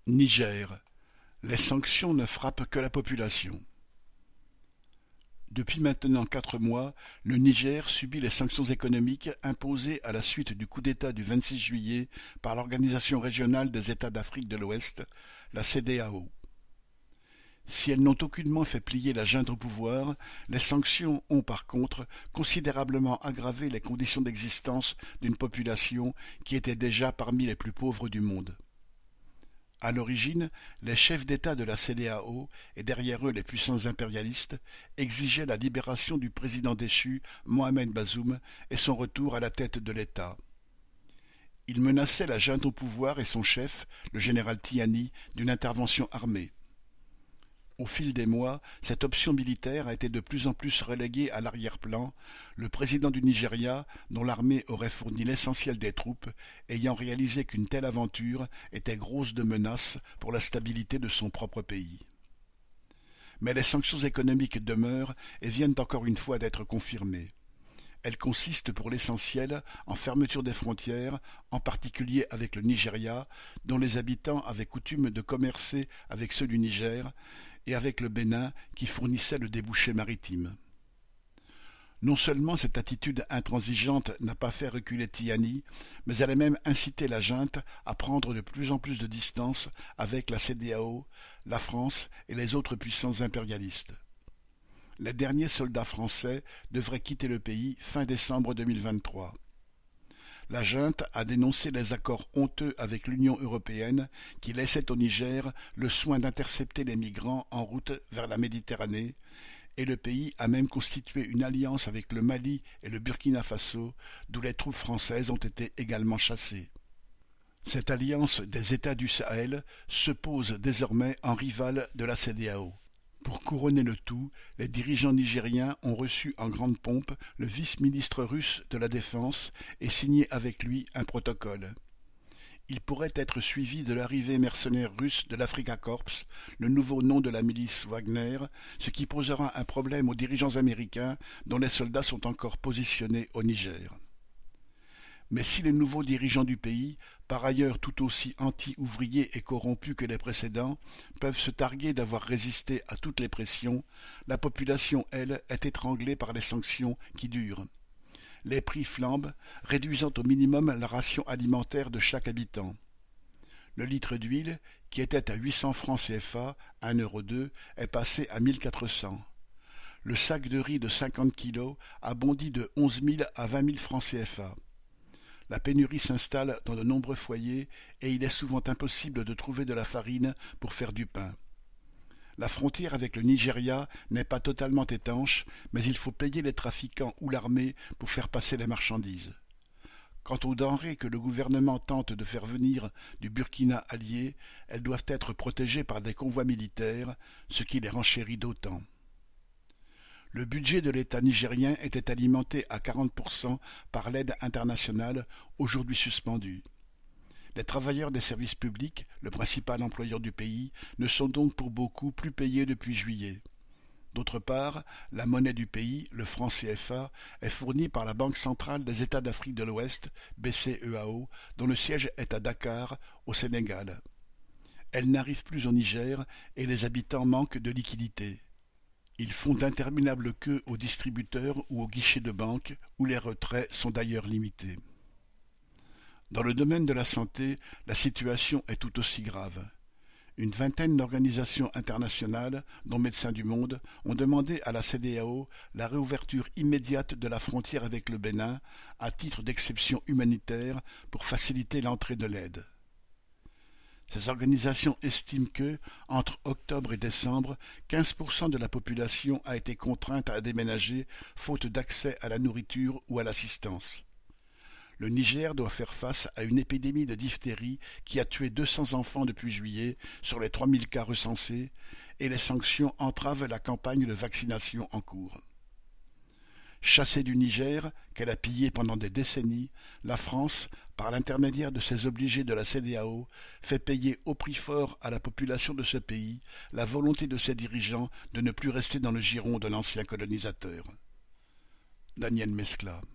Niger. Les sanctions ne frappent que la population. Depuis maintenant 4 mois, le Niger subit les sanctions économiques imposées à la suite du coup d'État du 26 juillet par l'Organisation régionale des États d'Afrique de l'Ouest, la CEDEAO. Si elles n'ont aucunement fait plier la junte au pouvoir, les sanctions ont par contre considérablement aggravé les conditions d'existence d'une population qui était déjà parmi les plus pauvres du monde. À l'origine, les chefs d'État de la CEDEAO, et derrière eux les puissants impérialistes, exigeaient la libération du président déchu Mohamed Bazoum et son retour à la tête de l'État. Ils menaçaient la junte au pouvoir et son chef, le général Tiani, d'une intervention armée. Au fil des mois, cette option militaire a été de plus en plus reléguée à l'arrière-plan, le président du Nigeria, dont l'armée aurait fourni l'essentiel des troupes, ayant réalisé qu'une telle aventure était grosse de menaces pour la stabilité de son propre pays. Mais les sanctions économiques demeurent et viennent encore une fois d'être confirmées. Elles consistent pour l'essentiel en fermeture des frontières, en particulier avec le Nigeria, dont les habitants avaient coutume de commercer avec ceux du Niger, et avec le Bénin qui fournissait le débouché maritime. Non seulement cette attitude intransigeante n'a pas fait reculer Tiani, mais elle a même incité la junte à prendre de plus en plus de distance avec la CEDEAO, la France et les autres puissances impérialistes. Les derniers soldats français devraient quitter le pays fin décembre 2023. La junte a dénoncé les accords honteux avec l'Union européenne qui laissaient au Niger le soin d'intercepter les migrants en route vers la Méditerranée, et le pays a même constitué une alliance avec le Mali et le Burkina Faso, d'où les troupes françaises ont été également chassées. Cette alliance des États du Sahel se pose désormais en rivale de la CEDEAO. Pour couronner le tout, les dirigeants nigériens ont reçu en grande pompe le vice-ministre russe de la Défense et signé avec lui un protocole. Il pourrait être suivi de l'arrivée mercenaire russe de l'Afrika Korps, le nouveau nom de la milice Wagner, ce qui posera un problème aux dirigeants américains dont les soldats sont encore positionnés au Niger. Mais si les nouveaux dirigeants du pays, par ailleurs tout aussi anti-ouvriers et corrompus que les précédents, peuvent se targuer d'avoir résisté à toutes les pressions, la population, elle, est étranglée par les sanctions qui durent. Les prix flambent, réduisant au minimum la ration alimentaire de chaque habitant. Le litre d'huile, qui était à 800 francs CFA, 1,02 €, est passé à 1400. Le sac de riz de 50 kilos a bondi de 11 000 à 20 000 francs CFA. La pénurie s'installe dans de nombreux foyers et il est souvent impossible de trouver de la farine pour faire du pain. La frontière avec le Nigeria n'est pas totalement étanche, mais il faut payer les trafiquants ou l'armée pour faire passer les marchandises. Quant aux denrées que le gouvernement tente de faire venir du Burkina allié, elles doivent être protégées par des convois militaires, ce qui les renchérit d'autant. Le budget de l'État nigérien était alimenté à 40% par l'aide internationale, aujourd'hui suspendue. Les travailleurs des services publics, le principal employeur du pays, ne sont donc pour beaucoup plus payés depuis juillet. D'autre part, la monnaie du pays, le franc CFA, est fournie par la Banque centrale des États d'Afrique de l'Ouest, BCEAO, dont le siège est à Dakar, au Sénégal. Elle n'arrive plus au Niger et les habitants manquent de liquidités. Ils font d'interminables queues aux distributeurs ou aux guichets de banque, où les retraits sont d'ailleurs limités. Dans le domaine de la santé, la situation est tout aussi grave. Une vingtaine d'organisations internationales, dont Médecins du Monde, ont demandé à la CEDEAO la réouverture immédiate de la frontière avec le Bénin, à titre d'exception humanitaire pour faciliter l'entrée de l'aide. Ces organisations estiment que, entre octobre et décembre, 15% de la population a été contrainte à déménager faute d'accès à la nourriture ou à l'assistance. Le Niger doit faire face à une épidémie de diphtérie qui a tué 200 enfants depuis juillet sur les 3000 cas recensés, et les sanctions entravent la campagne de vaccination en cours. Chassée du Niger, qu'elle a pillé pendant des décennies, la France, par l'intermédiaire de ses obligés de la CEDEAO, fait payer au prix fort à la population de ce pays la volonté de ses dirigeants de ne plus rester dans le giron de l'ancien colonisateur. Daniel Mescla.